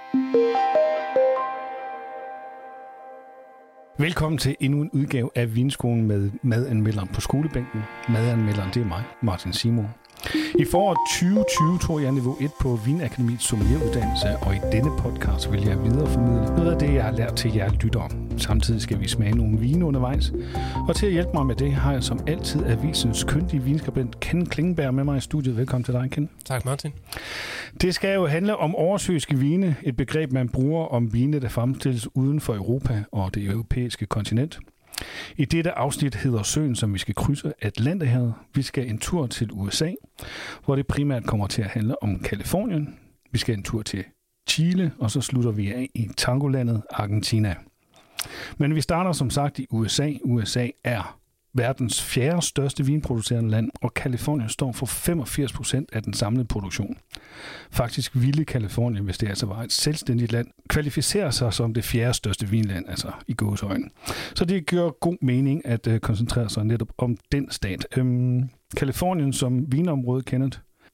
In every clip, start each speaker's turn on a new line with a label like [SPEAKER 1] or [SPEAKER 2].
[SPEAKER 1] Velkommen til endnu en udgave af Vinskolen med madanmelderen på skolebænken. Madanmelderen, det er mig, Martin Simo. I foråret 2020 tog jeg niveau 1 på Vinakademiets sommelieruddannelse, og i denne podcast vil jeg videreformidle noget af det, jeg har lært til jer lyttere. Samtidig skal vi smage nogle vine undervejs, og til at hjælpe mig med det har jeg som altid avisens kyndige vinskribent Ken Klingenberg med mig i studiet. Velkommen til dig, Ken.
[SPEAKER 2] Tak, Martin.
[SPEAKER 1] Det skal jo handle om oversøiske vine, et begreb, man bruger om vine, der fremstilles uden for Europa og det europæiske kontinent. I dette afsnit hedder søen, som vi skal krydse, Atlanterhavet. Vi skal en tur til USA, hvor det primært kommer til at handle om Californien. Vi skal en tur til Chile, og så slutter vi af i tangolandet Argentina. Men vi starter som sagt i USA. USA er verdens fjerde største vinproducerende land, og Californien står for 85% af den samlede produktion. Faktisk ville Californien, hvis det altså var et selvstændigt land, kvalificere sig som det fjerde største vinland, altså i gåseøjne. Så det gør god mening at koncentrere sig netop om den stat. Californien som vinområde, Kenneth?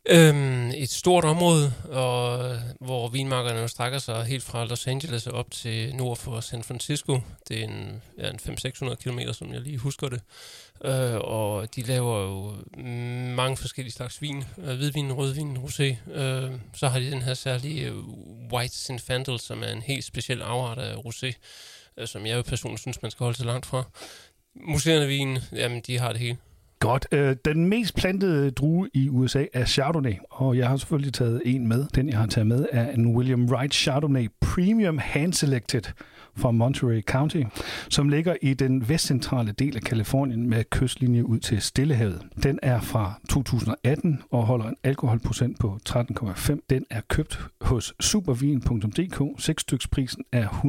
[SPEAKER 2] Et stort område, hvor vinmarkerne jo strækker sig helt fra Los Angeles op til nord for San Francisco. Det er en 500-600 kilometer, som jeg lige husker det. Og de laver jo mange forskellige slags vin. Hvidvin, rødvin, rosé. Så har de den her særlige White Zinfandel, som er en helt speciel afart af rosé, som jeg jo personligt synes, man skal holde sig langt fra. Museerne vin, jamen de har det hele.
[SPEAKER 1] Godt. Den mest plantede drue i USA er Chardonnay, og jeg har selvfølgelig taget en med. Den, jeg har taget med, er en William Wright Chardonnay Premium Hand Selected fra Monterey County, som ligger i den vestcentrale del af Californien med kystlinje ud til Stillehavet. Den er fra 2018 og holder en alkoholprocent på 13,5. Den er købt hos supervin.dk. 6-styksprisen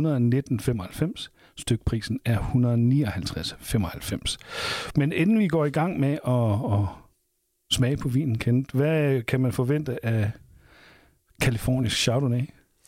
[SPEAKER 1] er 119,95. Stykprisen er 159,95. Men inden vi går i gang med at smage på vinen, Kent, hvad kan man forvente af californisk Chardonnay?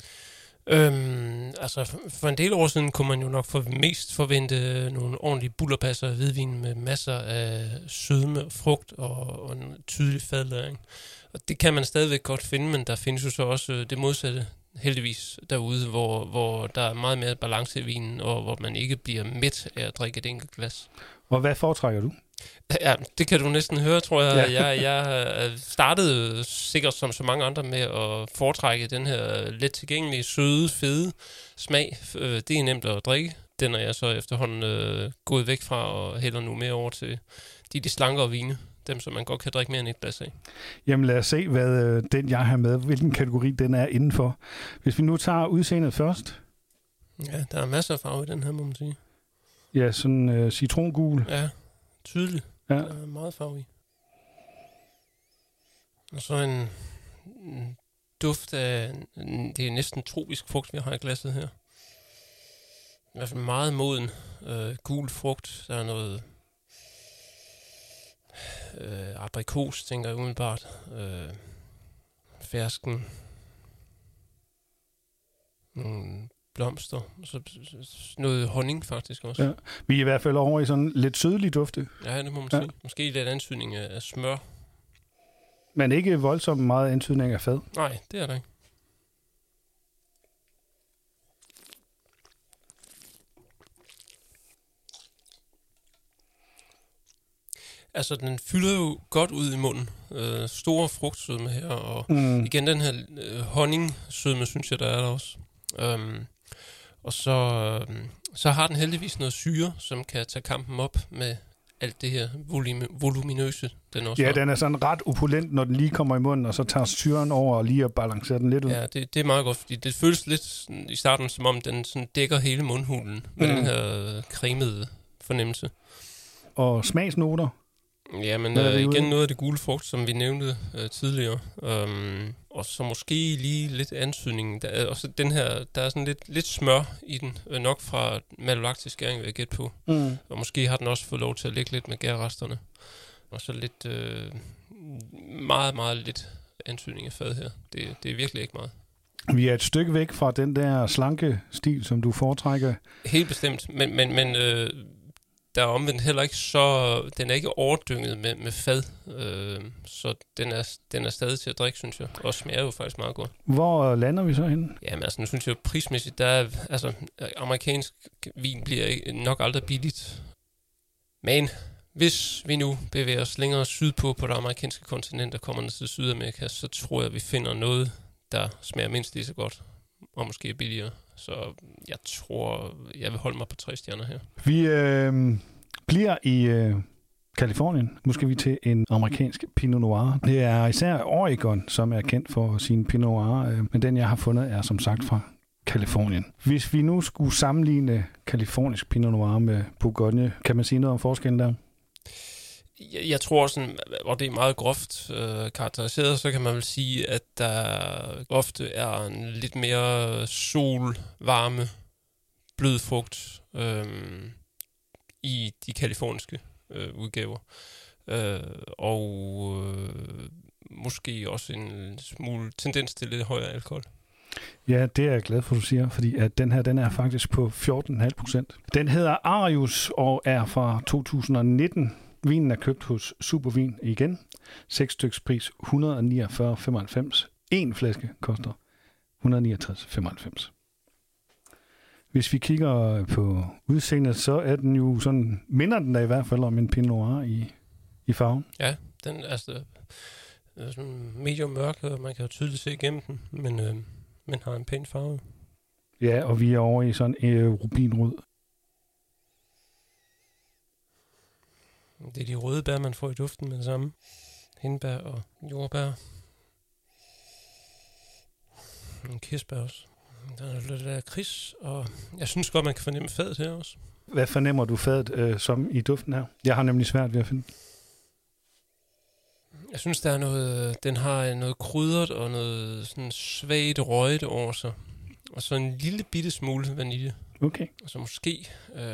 [SPEAKER 2] Altså for en del år siden kunne man jo nok mest forvente nogle ordentlige bullerpasser af hvidvin med masser af sødme og frugt og en tydelig fadlæring. Og det kan man stadigvæk godt finde, men der findes jo så også det modsatte, heldigvis derude, hvor der er meget mere balance i vinen, og hvor man ikke bliver mæt af at drikke et enkelt glas.
[SPEAKER 1] Og hvad foretrækker du?
[SPEAKER 2] Ja, det kan du næsten høre, tror jeg.
[SPEAKER 1] Ja.
[SPEAKER 2] Jeg startede sikkert som så mange andre med at foretrække den her let tilgængelige, søde, fede smag. Det er nemt at drikke. Den er jeg så efterhånden gået væk fra og hælder nu mere over til de slankere vine. Dem, som man godt kan drikke mere end et glas af.
[SPEAKER 1] Jamen lad os se, hvad den jeg har med, hvilken kategori den er indenfor. Hvis vi nu tager udseendet først.
[SPEAKER 2] Ja, der er masser af farve i den her, må man sige.
[SPEAKER 1] Ja, sådan citrongul.
[SPEAKER 2] Ja, tydeligt.
[SPEAKER 1] Ja.
[SPEAKER 2] Der er meget farve i. Og så en duft af, det er næsten tropisk frugt, vi har i glasset her. I hvert fald meget moden gul frugt. Der er noget aprikos, tænker jeg umiddelbart. Fersken. Blomster. Så noget honning faktisk også.
[SPEAKER 1] Ja. Vi er i hvert fald over i sådan lidt sødlig dufte.
[SPEAKER 2] Ja, det må man sige. Måske lidt antydning af smør.
[SPEAKER 1] Men ikke voldsomt meget antydning af fad.
[SPEAKER 2] Nej, det er der ikke. Altså, den fylder jo godt ud i munden. Store frugtsødme her, og igen den her honningsødme, synes jeg, der er der også. Og så har den heldigvis noget syre, som kan tage kampen op med alt det her voluminøse, den også har.
[SPEAKER 1] Den er sådan ret opulent, når den lige kommer i munden, og så tager syren over og lige balancerer den lidt ud.
[SPEAKER 2] Ja, det er meget godt, fordi det føles lidt i starten, som om den sådan dækker hele mundhulen med den her cremede fornemmelse.
[SPEAKER 1] Og smagsnoter?
[SPEAKER 2] Ja, men igen noget af det gule frugt, som vi nævnte tidligere. Og så måske lige lidt antydning. Der er også den her, der er sådan lidt smør i den, nok fra malolaktisk skæring, vil jeg gætte på. Og måske har den også fået lov til at ligge lidt med gærresterne. Og så lidt, meget, meget lidt antydning af fad her. Det er virkelig ikke meget.
[SPEAKER 1] Vi er et stykke væk fra den der slanke stil, som du foretrækker.
[SPEAKER 2] Helt bestemt, men der er omvendt heller ikke så... Den er ikke overdynget med fad, så den er stadig til at drikke, synes jeg. Og smager jo faktisk meget godt.
[SPEAKER 1] Hvor lander vi så henne?
[SPEAKER 2] Jamen altså, nu synes jeg prismæssigt, der er... Altså, amerikansk vin bliver nok aldrig billigt. Men hvis vi nu bevæger os længere sydpå på det amerikanske kontinent og kommer ned til Sydamerika, så tror jeg, vi finder noget, der smager mindst lige så godt, og måske billigere. Så jeg tror, jeg vil holde mig på 3 stjerner her.
[SPEAKER 1] Vi bliver i Californien. Nu skal vi til en amerikansk Pinot Noir. Det er især Oregon, som er kendt for sin Pinot Noir, men den, jeg har fundet, er som sagt fra Californien. Hvis vi nu skulle sammenligne kalifornisk Pinot Noir med Bourgogne, kan man sige noget om forskellen der?
[SPEAKER 2] Jeg tror sådan, og det er meget groft karakteriseret, så kan man vel sige, at der ofte er en lidt mere sol, varme, blød frugt i de kaliforniske udgaver. Måske også en smule tendens til lidt højere alkohol.
[SPEAKER 1] Ja, det er jeg glad for, du siger, fordi at den her, den er faktisk på 14,5%. Den hedder Arius og er fra 2019. Vinen er købt hos Supervin igen. 6 styks pris 149,95. En flaske koster 169,95. Hvis vi kigger på udseendet, så er den jo sådan, minder den da i hvert fald om en Pinot Noir i farven.
[SPEAKER 2] Ja, den er sådan medium mørk, og man kan jo tydeligt se igennem den, men har en pæn farve.
[SPEAKER 1] Ja, og vi er over i sådan rubinrød.
[SPEAKER 2] Det er de røde bær, man får i duften med det samme. Hindbær og jordbær. En kirsebær også. Der er lidt lakrids, og jeg synes godt, man kan fornemme fadet her også.
[SPEAKER 1] Hvad fornemmer du fadet som i duften her? Jeg har nemlig svært ved at finde.
[SPEAKER 2] Jeg synes, der er noget, den har noget krydret og noget sådan svagt røget over sig. Og så en lille bitte smule vanilje.
[SPEAKER 1] Okay.
[SPEAKER 2] Og så måske,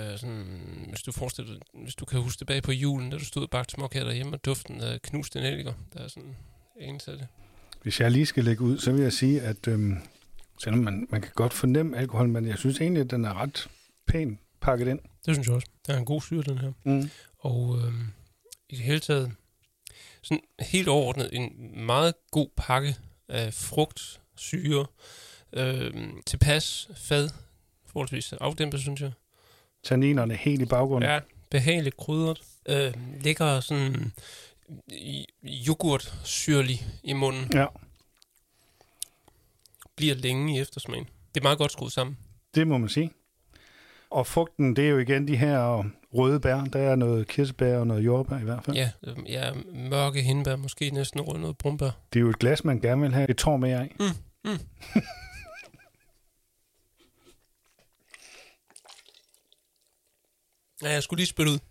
[SPEAKER 2] hvis du kan huske tilbage på julen, da du stod og bagte småkager derhjemme, og duften af knuste nelliker. Der er sådan en til det. Hvis
[SPEAKER 1] jeg lige skal lægge ud, så vil jeg sige, at selvom man kan godt fornemme alkohol, men jeg synes egentlig, at den er ret pænt pakket ind.
[SPEAKER 2] Det synes jeg også. Der er en god syre, den her. Mm. Og i det hele taget, sådan helt overordnet, en meget god pakke af frugt, syre, tilpas, fad, forholdsvis afdæmpet, synes jeg.
[SPEAKER 1] Tanninerne helt i baggrunden.
[SPEAKER 2] Ja, behageligt krydret. Ligger sådan yoghurt syrlig i munden.
[SPEAKER 1] Ja.
[SPEAKER 2] Bliver længe i eftersmagen. Det er meget godt skruet sammen.
[SPEAKER 1] Det må man sige. Og frugten, det er jo igen de her røde bær. Der er noget kirsebær og noget jordbær i hvert fald.
[SPEAKER 2] Ja, mørke hindbær, måske næsten noget brumbær.
[SPEAKER 1] Det er jo et glas, man gerne vil have et tår mere af.
[SPEAKER 2] Ja, jeg skulle lige spytte ud.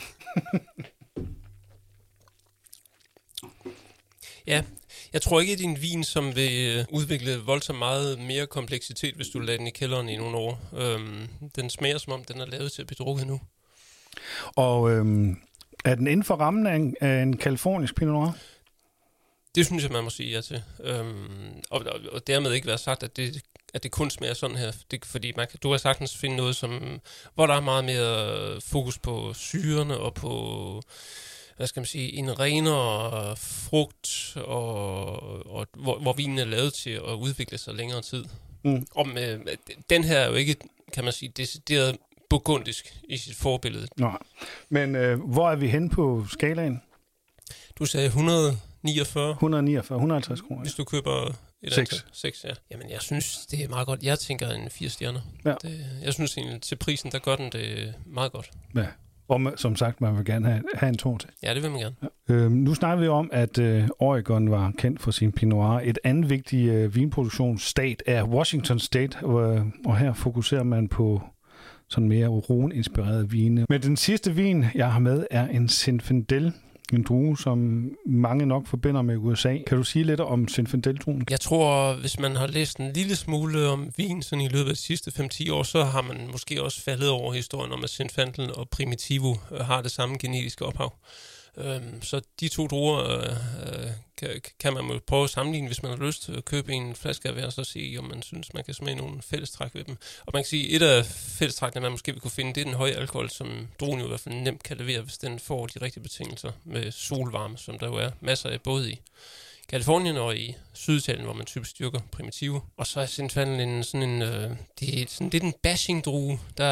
[SPEAKER 2] Ja, jeg tror ikke, at det er en vin, som vil udvikle voldsomt meget mere kompleksitet, hvis du lader den i kælderen i nogle år. Den smager, som om den er lavet til at blive drukket nu.
[SPEAKER 1] Og er den inden for rammen af en kalifornisk Pinot Noir?
[SPEAKER 2] Det synes jeg, man må sige ja til. Og dermed ikke være sagt, at det kun smager sådan her. Fordi du kan sagtens finde noget, hvor der er meget mere fokus på syrene og på, hvad skal man sige, en renere frugt, og hvor vinen er lavet til at udvikle sig længere tid. Mm. Den her er jo ikke, kan man sige, decideret burgundisk i sit forbillede.
[SPEAKER 1] Nej. Men hvor er vi henne på skalaen?
[SPEAKER 2] Du sagde 149.
[SPEAKER 1] 150 kroner.
[SPEAKER 2] Hvis du køber et 6, ja. Jamen, jeg synes, det er meget godt. Jeg tænker en 4 stjerner. Ja. Jeg synes egentlig, til prisen, der gør den det meget godt. Ja.
[SPEAKER 1] Og som sagt, man vil gerne have en tår til.
[SPEAKER 2] Ja, det vil man gerne.
[SPEAKER 1] Ja. Nu snakker vi om, at Oregon var kendt for sin Pinot Noir. Et andet vigtigt vinproduktionsstat er Washington State, og her fokuserer man på sådan mere roen-inspirerede vine. Men den sidste vin, jeg har med, er en Zinfandel. En drue, som mange nok forbinder med USA. Kan du sige lidt om Zinfandel-druen?
[SPEAKER 2] Jeg tror, hvis man har læst en lille smule om vin sådan i løbet af de sidste 5-10 år, så har man måske også faldet over historien om, at Zinfandel og Primitivo har det samme genetiske ophav. Så de to druer kan man jo prøve at sammenligne, hvis man har lyst til at købe en flaske af hver, så se, om man synes, man kan smage nogle fællestræk ved dem. Og man kan sige, et af fællestrækkene, man måske vil kunne finde, det er den høje alkohol, som druen jo i hvert fald nemt kan levere, hvis den får de rigtige betingelser med solvarme, som der jo er masser af, både i Kalifornien og i Syditalien, hvor man typisk dyrker Primitivo. Og så er Zinfandel det er sådan lidt en bashing-drue. Der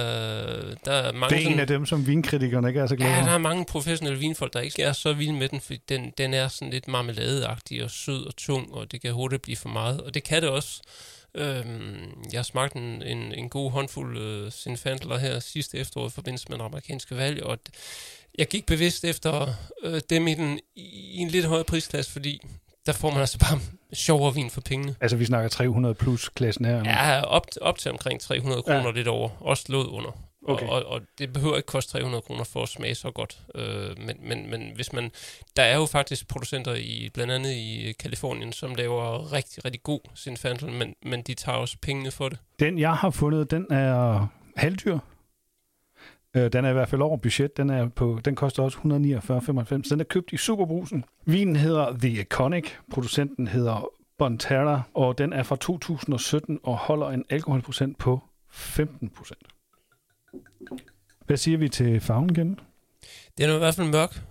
[SPEAKER 2] er mange
[SPEAKER 1] det er en af dem, som vinkritikerne ikke er så glade.
[SPEAKER 2] Ja, der er mange professionelle vinfolk, der ikke er så vilde med den, fordi den er sådan lidt marmeladeagtig og sød og tung, og det kan hurtigt blive for meget. Og det kan det også. Jeg smagte en god håndfuld Zinfandler her sidste efterår i forbindelse med den amerikanske valg, og jeg gik bevidst efter dem i en lidt højere prisklasse, fordi der får man altså bare sjovere vin for pengene.
[SPEAKER 1] Altså vi snakker 300 plus klassen her.
[SPEAKER 2] Ja, op til omkring 300 kroner lidt over. Også låd under. Okay. Og det behøver ikke koste 300 kroner for at smage så godt. Men hvis man... Der er jo faktisk producenter blandt andet i Kalifornien, som laver rigtig, rigtig god Zinfandel, men de tager også pengene for det. Den, jeg har fundet, den er halvdyr. Den er i hvert fald over budget. Den koster også 149,95. Den er købt i Superbrusen. Vinen hedder The Iconic. Producenten hedder Bonterra, og den er fra 2017 og holder en alkoholprocent på 15%. Hvad siger vi til farven igen? Den er i hvert fald mørk.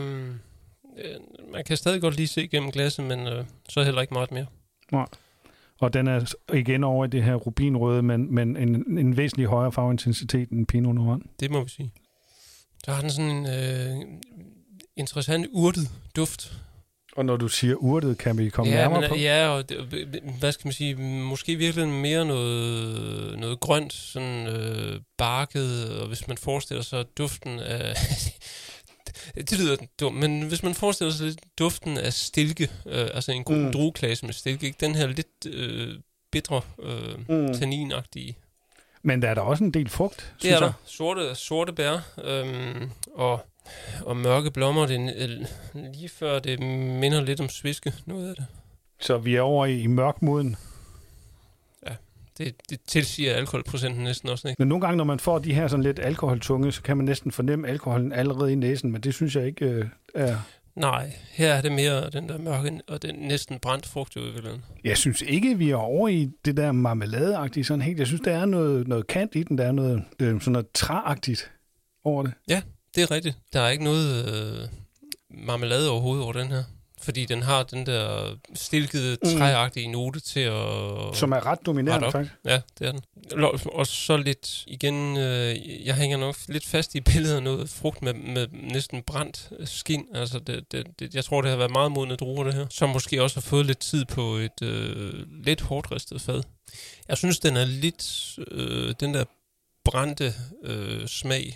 [SPEAKER 2] Man kan stadig godt lige se gennem glasset, men så heller ikke meget mere. Nej. Og den er igen over i det her rubinrøde, men en væsentlig højere farveintensitet end Pinot Noir. Det må vi sige. Så har den sådan en interessant urtet duft. Og når du siger urtet, kan vi komme nærmere på? Ja, og hvad skal man sige, måske virkelig mere noget grønt, sådan barket, og hvis man forestiller sig duften af... Det lyder dumt, men hvis man forestiller sig duften af stilke, altså en god drueklasse med stilke, ikke? Den her lidt bitre, tanninagtige. Men der er der også en del frugt, synes jeg. Det er der. Sorte bær og mørke blommer. Lige før det minder lidt om sviske, noget af det. Så vi er over i mørkmoden. Det tilsiger alkoholprocenten næsten også, ikke? Men nogle gange, når man får de her sådan lidt alkoholtunge, så kan man næsten fornemme alkoholen allerede i næsen, men det synes jeg ikke er... Nej, her er det mere den der mørke og den næsten brændt frugt i virkeligheden. Jeg synes ikke, vi er over i det der marmeladeagtige sådan helt. Jeg synes, der er noget kant i den, der er noget sådan noget træagtigt over det. Ja, det er rigtigt. Der er ikke noget marmelade overhovedet over den her. Fordi den har den der stilkede, træagtige note til at... Som er ret dominerende, faktisk. Ja, det er den. Og så lidt igen... jeg hænger nok lidt fast i billedet af noget frugt med næsten brændt skin. Altså, jeg tror, det har været meget modne druer, det her. Som måske også har fået lidt tid på et lidt hårdt ristet fad. Jeg synes, den er lidt... den der brændte smag,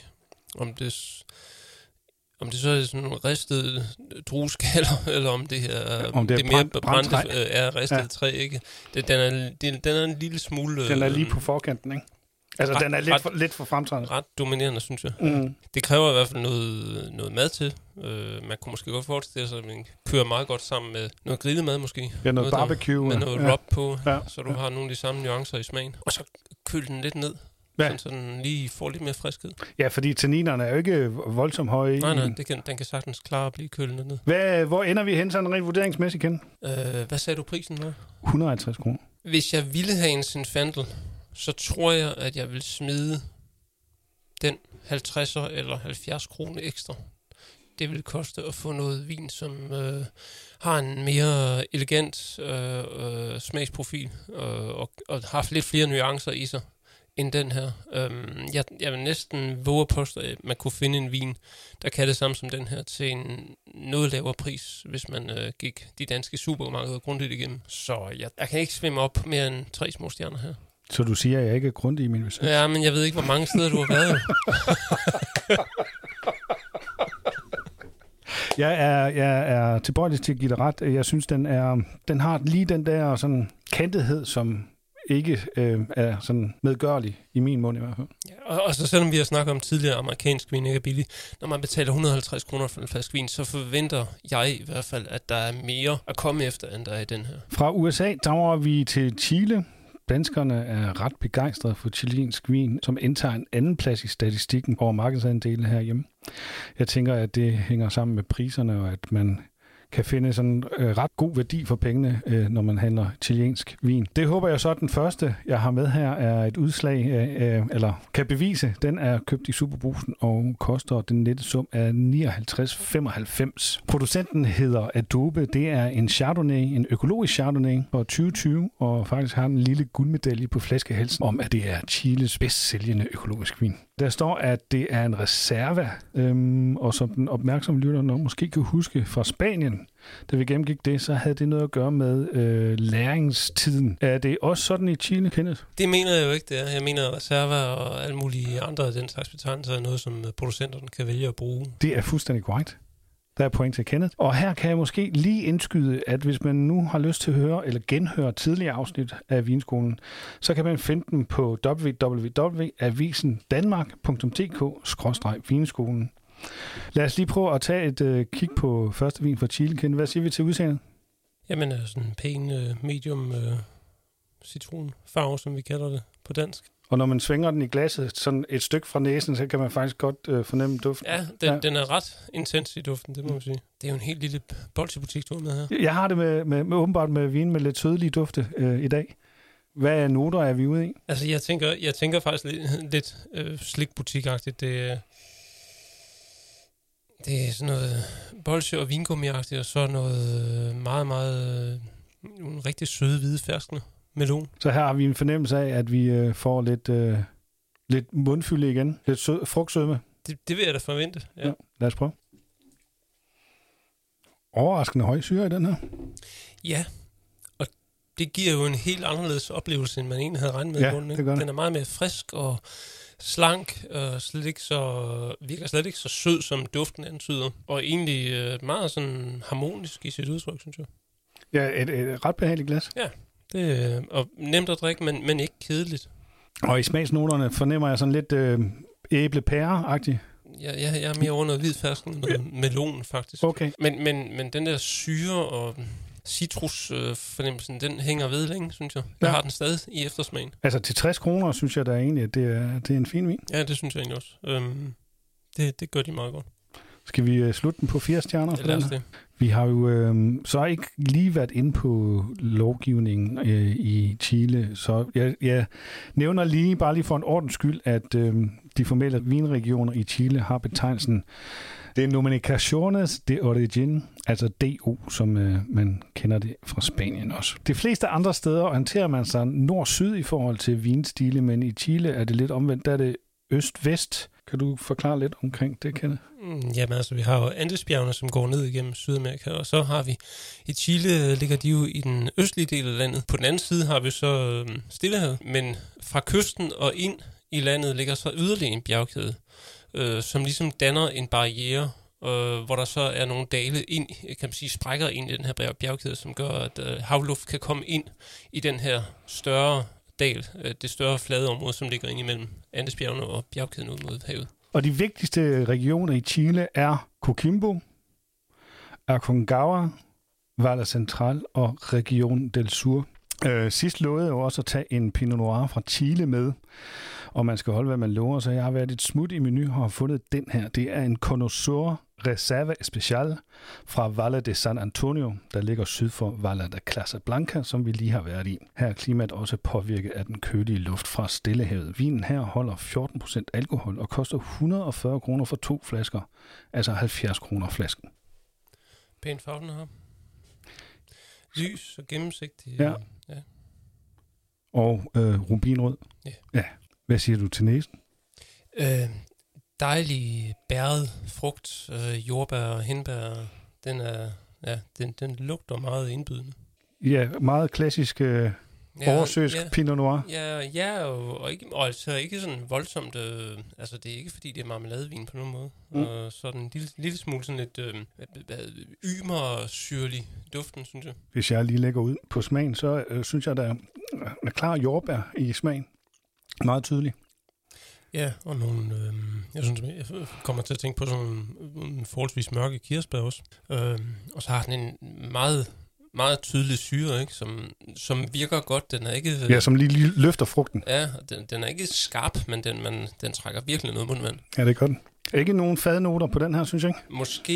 [SPEAKER 2] om det så er sådan en ristet drueskaller, eller om det her det mere brændte er ristet træ, ikke? Den er en lille smule... Den er lige på forkanten, ikke? Altså, den er lidt for fremtrædende. Ret dominerende, synes jeg. Det kræver i hvert fald noget mad til. Man kunne måske godt forestille sig, at man kører meget godt sammen med noget grillet mad, måske. Ja, noget barbecue. Med noget rub på, så du har nogle af de samme nuancer i smagen. Og så køl den lidt ned. Ja. Så den lige får lidt mere friskhed. Ja, fordi tanninerne er jo ikke voldsomt høje. Nej, den kan sagtens klare at blive kølet ned. Hvor ender vi hen sådan rent vurderingsmæssigt, Ken? Hvad sagde du prisen var? 150 kroner. Hvis jeg ville have en Zinfandel, så tror jeg, at jeg vil smide den 50 eller 70 kroner ekstra. Det vil koste at få noget vin, som har en mere elegant smagsprofil og har lidt flere nuancer i sig end den her. Jeg vil næsten våge at påstå, at man kunne finde en vin, der kan det samme som den her, til en noget lavere pris, hvis man gik de danske supermarkeder grundigt igennem. Så jeg kan ikke svimme op mere end 3 små stjerner her. Så du siger, at jeg ikke er grundig i min research? Ja, men jeg ved ikke, hvor mange steder du har været. Jeg er tilbøjelig til at give dig ret. Jeg synes, den har lige den der sådan kantethed, som ikke er sådan medgørlig i min mund i hvert fald. Ja, og så selvom vi har snakket om tidligere, amerikansk vin ikke er billig, når man betaler 150 kroner for en flaske vin, så forventer jeg i hvert fald, at der er mere at komme efter, end der er i den her. Fra USA drager vi til Chile.
[SPEAKER 1] danskerne er ret begejstrede for chilensk vin, som indtager en anden plads i statistikken over markedsandele herhjemme. Jeg tænker, at det hænger sammen med priserne, og at man kan finde sådan ret god værdi for pengene, når man handler chilensk vin. Det håber jeg så, at den første, jeg har med her, er et udslag af, eller kan bevise. Den er købt i Superbrugsen og koster den nette sum af 59,95. Producenten hedder Adobe. Det er en Chardonnay, en økologisk Chardonnay fra 2020, og faktisk har en lille guldmedalje på flaskehalsen om, at det er Chiles bedst sælgende økologisk vin. Der står, at det er en reserva, og som den opmærksomme lytter nok måske kan huske fra Spanien, da vi gennemgik det, så havde det noget at gøre med læringstiden. Er det også sådan i Chile, Kenneth?
[SPEAKER 2] Det mener jeg jo ikke, det er. Jeg mener, reserva og alle mulige andre af den slags betegnelser er noget, som producenterne kan vælge at bruge.
[SPEAKER 1] Det er fuldstændig korrekt. Der er point til Kenneth. Og her kan jeg måske lige indskyde, at hvis man nu har lyst til at høre eller genhøre tidligere afsnit af Vinskolen, så kan man finde dem på www.avisendanmark.dk/vinskolen. Lad os lige prøve at tage et kig på første vin fra Chile. Kenneth, hvad siger vi til udseendet?
[SPEAKER 2] Jamen, sådan en pæn medium citronfarve, som vi kalder det på dansk.
[SPEAKER 1] Og når man svinger den i glasset sådan et stykke fra næsen, så kan man faktisk godt fornemme duften.
[SPEAKER 2] Ja, den er ret intens i duften, det må man sige. Det er jo en helt lille bolsjebutik, du har med her.
[SPEAKER 1] Jeg har det med åbenbart med vin med lidt sødlige dufte i dag. Hvad noter er vi ude i?
[SPEAKER 2] Altså, jeg tænker faktisk lidt slikbutikagtigt. Det er sådan noget bolsje- og vingummi-agtigt, og så noget meget, meget nogle rigtig søde, hvide ferskner. Melon.
[SPEAKER 1] Så her har vi en fornemmelse af, at vi får lidt mundfylde igen. Lidt frugtsødme.
[SPEAKER 2] Det vil jeg da forvente. Ja.
[SPEAKER 1] Lad os prøve. Overraskende høj syre i den her.
[SPEAKER 2] Ja, og det giver jo en helt anderledes oplevelse, end man egentlig havde regnet med i bunden. Den er meget mere frisk og slank, og virker slet ikke så sød, som duften antyder. Og egentlig meget sådan harmonisk i sit udtryk, synes jeg.
[SPEAKER 1] Ja, et ret behageligt glas.
[SPEAKER 2] Ja. Det er nemt at drikke, men ikke kedeligt.
[SPEAKER 1] Og i smagsnoterne fornemmer jeg sådan lidt æble-pære-agtigt.
[SPEAKER 2] Ja, jeg er mere over noget hvid fersken end noget melon, faktisk.
[SPEAKER 1] Okay.
[SPEAKER 2] Men den der syre og citrusfornemmelsen, den hænger ved længe, synes jeg. Jeg har den stadig i eftersmagen. Altså til 60 kroner, synes jeg da egentlig, at det er en fin vin. Ja, det synes jeg egentlig også. Det gør de meget godt.
[SPEAKER 1] Skal vi slutte den på 4 stjerner?
[SPEAKER 2] Ja, lad os det.
[SPEAKER 1] Vi har jo så ikke lige været inde på lovgivningen i Chile, så jeg nævner bare lige for en ordens skyld, at de formelle vinregioner i Chile har betegnelsen Denominaciones de Origen, altså DO, som man kender det fra Spanien også. De fleste andre steder orienterer man sig nord-syd i forhold til vinstile, men i Chile er det lidt omvendt, der er det øst-vest. Kan du forklare lidt omkring det, Kenneth?
[SPEAKER 2] Jamen altså, vi har jo Andesbjergene, som går ned igennem Sydamerika, og så har vi i Chile, ligger de jo i den østlige del af landet. På den anden side har vi så Stillehavet, men fra kysten og ind i landet ligger så yderligere en bjergkæde, som ligesom danner en barriere, hvor der så er nogle dale ind, kan man sige, sprækker ind i den her bjergkæde, som gør, at havluft kan komme ind i den her større dal, det større flade område, som ligger ind imellem Andesbjergene og bjergkæden ud mod havet.
[SPEAKER 1] Og de vigtigste regioner i Chile er Coquimbo, Aconcagua, Valle Central og Region del Sur. Sidst lovede jeg jo også at tage en Pinot Noir fra Chile med, og man skal holde, hvad man lover, så jeg har været et smut i menu og har fundet den her. Det er en Connoisseur Reserva Especial fra Valle de San Antonio, der ligger syd for Valle de Casablanca, som vi lige har været i. Her er klimaet også påvirket af den kølige luft fra Stillehavet. Vinen her holder 14% alkohol og koster 140 kroner for 2 flasker, altså 70 kroner flasken.
[SPEAKER 2] Pænt farven her. Lys og gennemsigtig.
[SPEAKER 1] Ja. Og rubinrød. Ja. Hvad siger du til næsen?
[SPEAKER 2] Dejlig bæret frugt, jordbær og hindbær. Den lugter meget indbydende.
[SPEAKER 1] Ja, meget klassisk oversøisk Pinot Noir.
[SPEAKER 2] Ja, og altså ikke sådan voldsomt. Altså det er ikke fordi det er marmeladevin på nogen måde. Og sådan en lille smule sådan lidt ymer syrlig duften, synes jeg.
[SPEAKER 1] Hvis jeg lige lægger ud på smagen, så synes jeg der er klar jordbær i smagen. Meget tydelig.
[SPEAKER 2] Ja, og nogle, jeg kommer til at tænke på sådan nogle forholdsvis mørke kirsebær også. Og så har den en meget meget tydelig syre, ikke? Som virker godt. Den er ikke...
[SPEAKER 1] Ja, som lige løfter frugten.
[SPEAKER 2] Ja, den er ikke skarp, men den trækker virkelig noget mundvand.
[SPEAKER 1] Ja, det er godt. Ikke nogen fadnoter på den her, synes jeg ikke?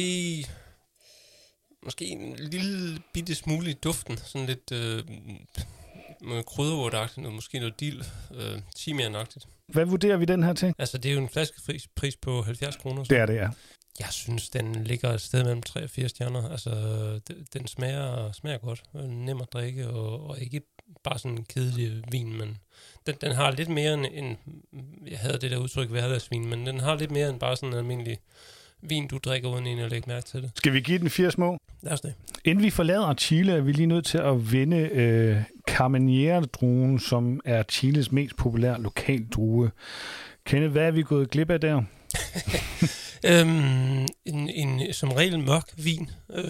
[SPEAKER 2] Måske en lille bitte smule i duften. Sådan lidt krydderurtagtigt, måske noget dild, timianagtigt.
[SPEAKER 1] Hvad vurderer vi den her til?
[SPEAKER 2] Altså, det er jo en flaskepris på 70 kroner.
[SPEAKER 1] Det er det, ja.
[SPEAKER 2] Jeg synes, den ligger et sted mellem 3 og 4 stjerner. Altså, den smager godt. Nem at drikke, og ikke bare sådan en kedelig vin, men den har lidt mere end jeg havde det der udtryk hverdagsvin, men den har lidt mere end bare sådan en almindelig vin, du drikker uden egentlig at lægge mærke til det.
[SPEAKER 1] Skal vi give den 4 små?
[SPEAKER 2] Lad os det.
[SPEAKER 1] Inden vi forlader Chile, er vi lige nødt til at vende Carmenere-druen, som er Chiles mest populære lokaldrue. Kenneth, hvad er vi gået glip af der?
[SPEAKER 2] En som regel mørk vin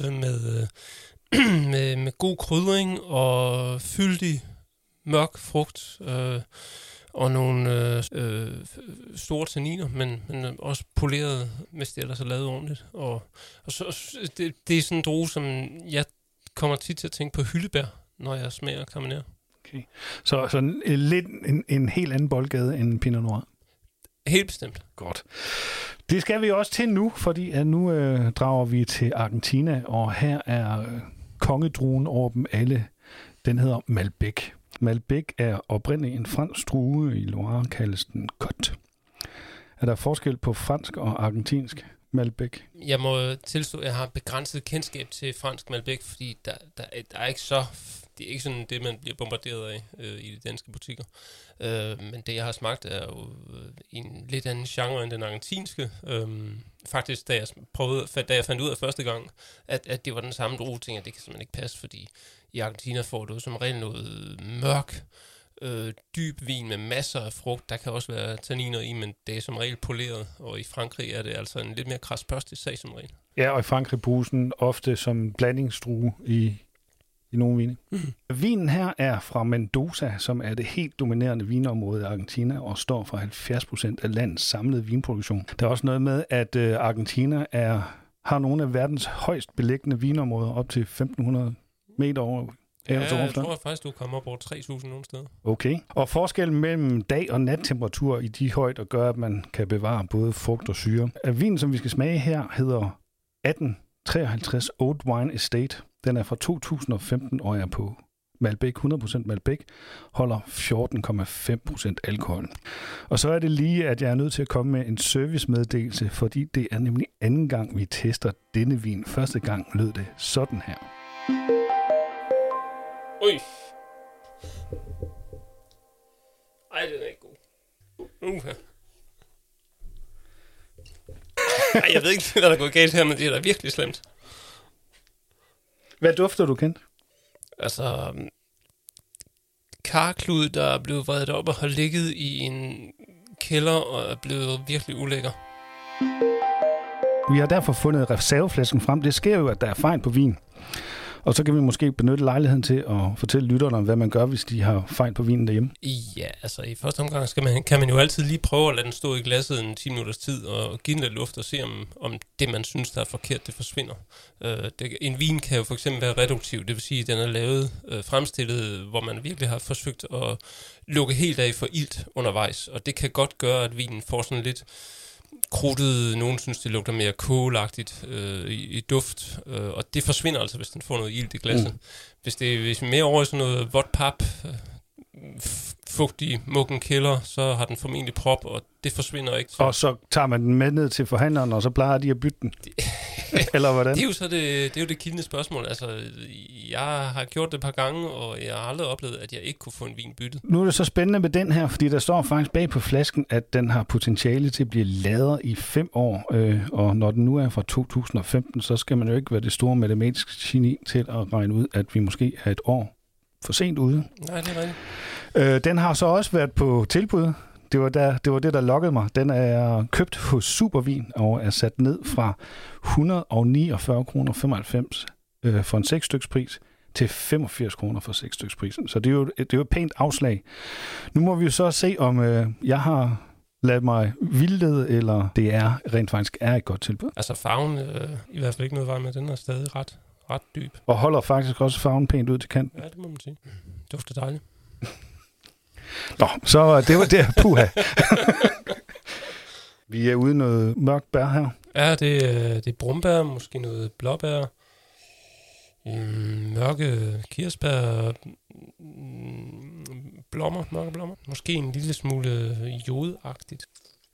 [SPEAKER 2] med god krydring og fyldig mørk frugt og nogle store tanniner, men også poleret, hvis det ellers er lavet ordentligt. Og så, det er sådan en drue, som jeg kommer tit til at tænke på hyldebær, når jeg smager Carmenere.
[SPEAKER 1] Okay. Så lidt en helt anden boldgade end Pinot Noir?
[SPEAKER 2] Helt bestemt.
[SPEAKER 1] Godt. Det skal vi også til nu, fordi at nu drager vi til Argentina, og her er kongedruen over dem alle. Den hedder Malbec. Malbec er oprindeligt en fransk drue. I Loire kaldes den Côte. Er der forskel på fransk og argentinsk Malbec?
[SPEAKER 2] Jeg må tilstå, at jeg har begrænset kendskab til fransk Malbec, fordi der er ikke så... Det er ikke sådan det, man bliver bombarderet af i de danske butikker. Men det, jeg har smagt, er jo en lidt anden genre end den argentinske. Faktisk, da jeg fandt ud af første gang, at det var den samme drue, ting, at det kan simpelthen ikke passe, fordi i Argentina får du som regel noget mørk, dyb vin med masser af frugt. Der kan også være tanniner i, men det er som regel poleret, og i Frankrig er det altså en lidt mere kradsbørstig sag som regel. Ja,
[SPEAKER 1] og i Frankrig bruges den ofte som blandingsdrue i nogle vine. Vinen her er fra Mendoza, som er det helt dominerende vinområde i Argentina, og står for 70% af landets samlede vinproduktion. Der er også noget med, at Argentina har nogle af verdens højst beliggende vinområder, op til 1.500 meter over.
[SPEAKER 2] Ja, jeg tror faktisk, du kommer op over 3.000 nogle steder.
[SPEAKER 1] Okay. Og forskellen mellem dag- og nattemperatur i de højder gør, at man kan bevare både frugt og syre. Vinen, som vi skal smage her, hedder 1853 Old Wine Estate. Den er fra 2015 og er på Malbec, 100% Malbec, holder 14,5% alkohol. Og så er det lige, at jeg er nødt til at komme med en servicemeddelelse, fordi det er nemlig anden gang, vi tester denne vin. Første gang lød det sådan her.
[SPEAKER 2] Ui. Ej, den er ikke god. Ej, jeg ved ikke, hvad der er gået galt her, men det er da virkelig slemt.
[SPEAKER 1] Hvad dufter du, Kent?
[SPEAKER 2] Altså, karklud, der er blevet vredet op og har ligget i en kælder og er blevet virkelig ulækker.
[SPEAKER 1] Vi har derfor fundet reserveflasken frem. Det sker jo, at der er fejl på vin. Og så kan vi måske benytte lejligheden til at fortælle lytterne om, hvad man gør, hvis de har fejl på vinen derhjemme.
[SPEAKER 2] Ja, altså i første omgang kan man jo altid lige prøve at lade den stå i glasset en 10 minutters tid og give den lidt luft og se, om det, man synes, der er forkert, det forsvinder. En vin kan jo for eksempel være reduktiv, det vil sige, at den er lavet, fremstillet, hvor man virkelig har forsøgt at lukke helt af for ilt undervejs. Og det kan godt gøre, at vinen får sådan lidt krudtet, nogen synes, det lugter mere kålagtigt i duft, og det forsvinder altså, hvis den får noget ilt i glasset. Hvis vi er mere over i sådan noget vådt pap, fugtig muggen kælder, så har den formentlig prop, og det forsvinder ikke.
[SPEAKER 1] Og så tager man den med ned til forhandleren, og så plejer de at bytte den? Eller hvordan?
[SPEAKER 2] Det er jo så det kildende spørgsmål. Altså, jeg har gjort det et par gange, og jeg har aldrig oplevet, at jeg ikke kunne få en vin byttet.
[SPEAKER 1] Nu er det så spændende med den her, fordi der står faktisk bag på flasken, at den har potentiale til at blive lagret i 5 år. Og når den nu er fra 2015, så skal man jo ikke være det store matematiske geni til at regne ud, at vi måske er et år for sent ude.
[SPEAKER 2] Nej, det er rigtigt.
[SPEAKER 1] Den har så også været på tilbud. Det var det, der lokkede mig. Den er købt hos Supervin og er sat ned fra 149,95 kroner for en 6-styks pris til 85 kroner for 6-styks prisen. Så det er jo et pænt afslag. Nu må vi jo så se, om jeg har ladet mig vildlede, eller det rent faktisk er et godt tilbud.
[SPEAKER 2] Altså farven, i hvert fald ikke noget vej med, den er stadig ret ret dyb.
[SPEAKER 1] Og holder faktisk også farven pænt ud til kanten.
[SPEAKER 2] Ja, det må man sige. Dufter dejligt.
[SPEAKER 1] Nå, så det var det her. Puha. Vi er ude i noget mørkt bær her.
[SPEAKER 2] Ja, det er brumbær, måske noget blåbær, mørke kirsebær, mørke blommer. Måske en lille smule jodagtigt.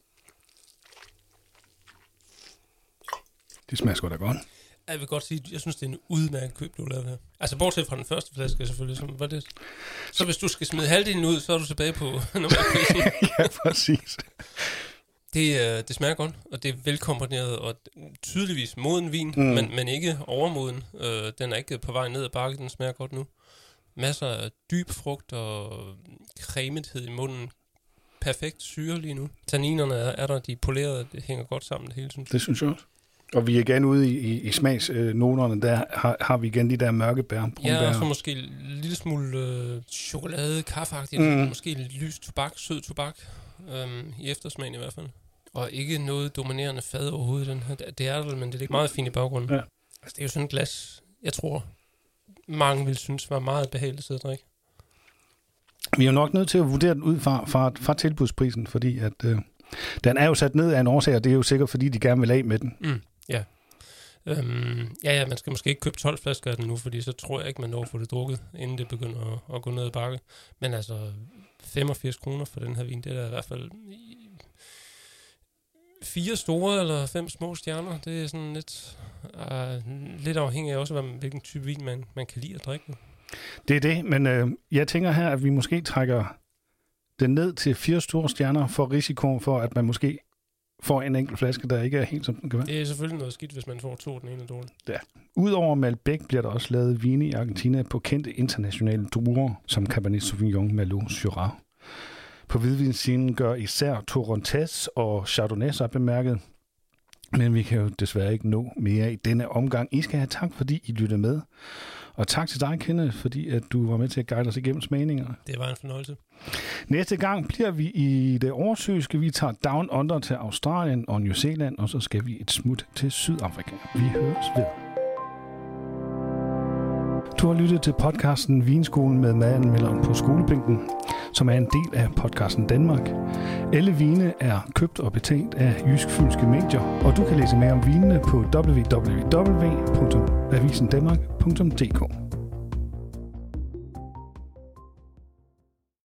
[SPEAKER 1] Det smager sgu da godt.
[SPEAKER 2] Jeg vil godt sige, jeg synes, det er en udmærket køb, du har lavet her. Altså, bortset fra den første flaske, selvfølgelig. Så hvis du skal smide halvdelen ud, så er du tilbage på normalprisen.
[SPEAKER 1] Ja, præcis.
[SPEAKER 2] Det smager godt, og det er velkomprimeret, og tydeligvis moden vin, men ikke overmoden. Den er ikke på vej ned ad bakke, den smager godt nu. Masser af dyb frugt og cremethed i munden. Perfekt syre lige nu. Tanninerne er der, de er polerede, det hænger godt sammen det hele, synes jeg.
[SPEAKER 1] Det synes jeg også. Og vi er igen ude i smagsnoterne, der har vi igen de der mørke bær.
[SPEAKER 2] Ja, og så måske en lille smule chokolade, kaffeagtigt, måske lyst tobak, sød tobak, i eftersmagen i hvert fald. Og ikke noget dominerende fad overhovedet den her. Det er det, men det er ikke meget fint i baggrunden. Ja. Altså, det er jo sådan et glas, jeg tror, mange vil synes var meget behageligt at sidde og drikke.
[SPEAKER 1] Vi er jo nok nødt til at vurdere den ud fra tilbudsprisen, fordi at den er jo sat ned af en årsag, og det er jo sikkert, fordi de gerne vil af med den.
[SPEAKER 2] Ja. Ja, man skal måske ikke købe 12 flasker af den nu, fordi så tror jeg ikke, man når at få det drukket, inden det begynder at gå ned ad bakke. Men altså, 85 kroner for den her vin, det er i hvert fald 4 store eller 5 små stjerner. Det er sådan lidt afhængig af også, hvilken type vin man kan lide at drikke.
[SPEAKER 1] Det er det, men jeg tænker her, at vi måske trækker den ned til 4 store stjerner for risikoen for, at man måske får en enkelt flaske, der ikke er helt som den kan være.
[SPEAKER 2] Det er selvfølgelig noget skidt, hvis man får 2, den ene er dårlig.
[SPEAKER 1] Ja. Udover Malbec bliver der også lavet vine i Argentina på kendte internationale druer, som Cabernet Sauvignon, Merlot, Syrah. På hvidvinsscenen gør især Torrontés og Chardonnay sig bemærket. Men vi kan jo desværre ikke nå mere i denne omgang. I skal have tak, fordi I lyttede med. Og tak til dig, Kenneth, fordi at du var med til at guide os igennem smagninger.
[SPEAKER 2] Det var en fornøjelse. Næste
[SPEAKER 1] gang bliver vi i det oversøiske. Vi tager Down Under til Australien og New Zealand, og så skal vi et smut til Sydafrika. Vi høres ved. Du har lyttet til podcasten Vinskolen med madanmelderen på skolebænken, som er en del af podcasten Danmark. Alle vine er købt og betalt af Jysk Fynske Medier, og du kan læse mere om vinene på www.avisendanmark.dk.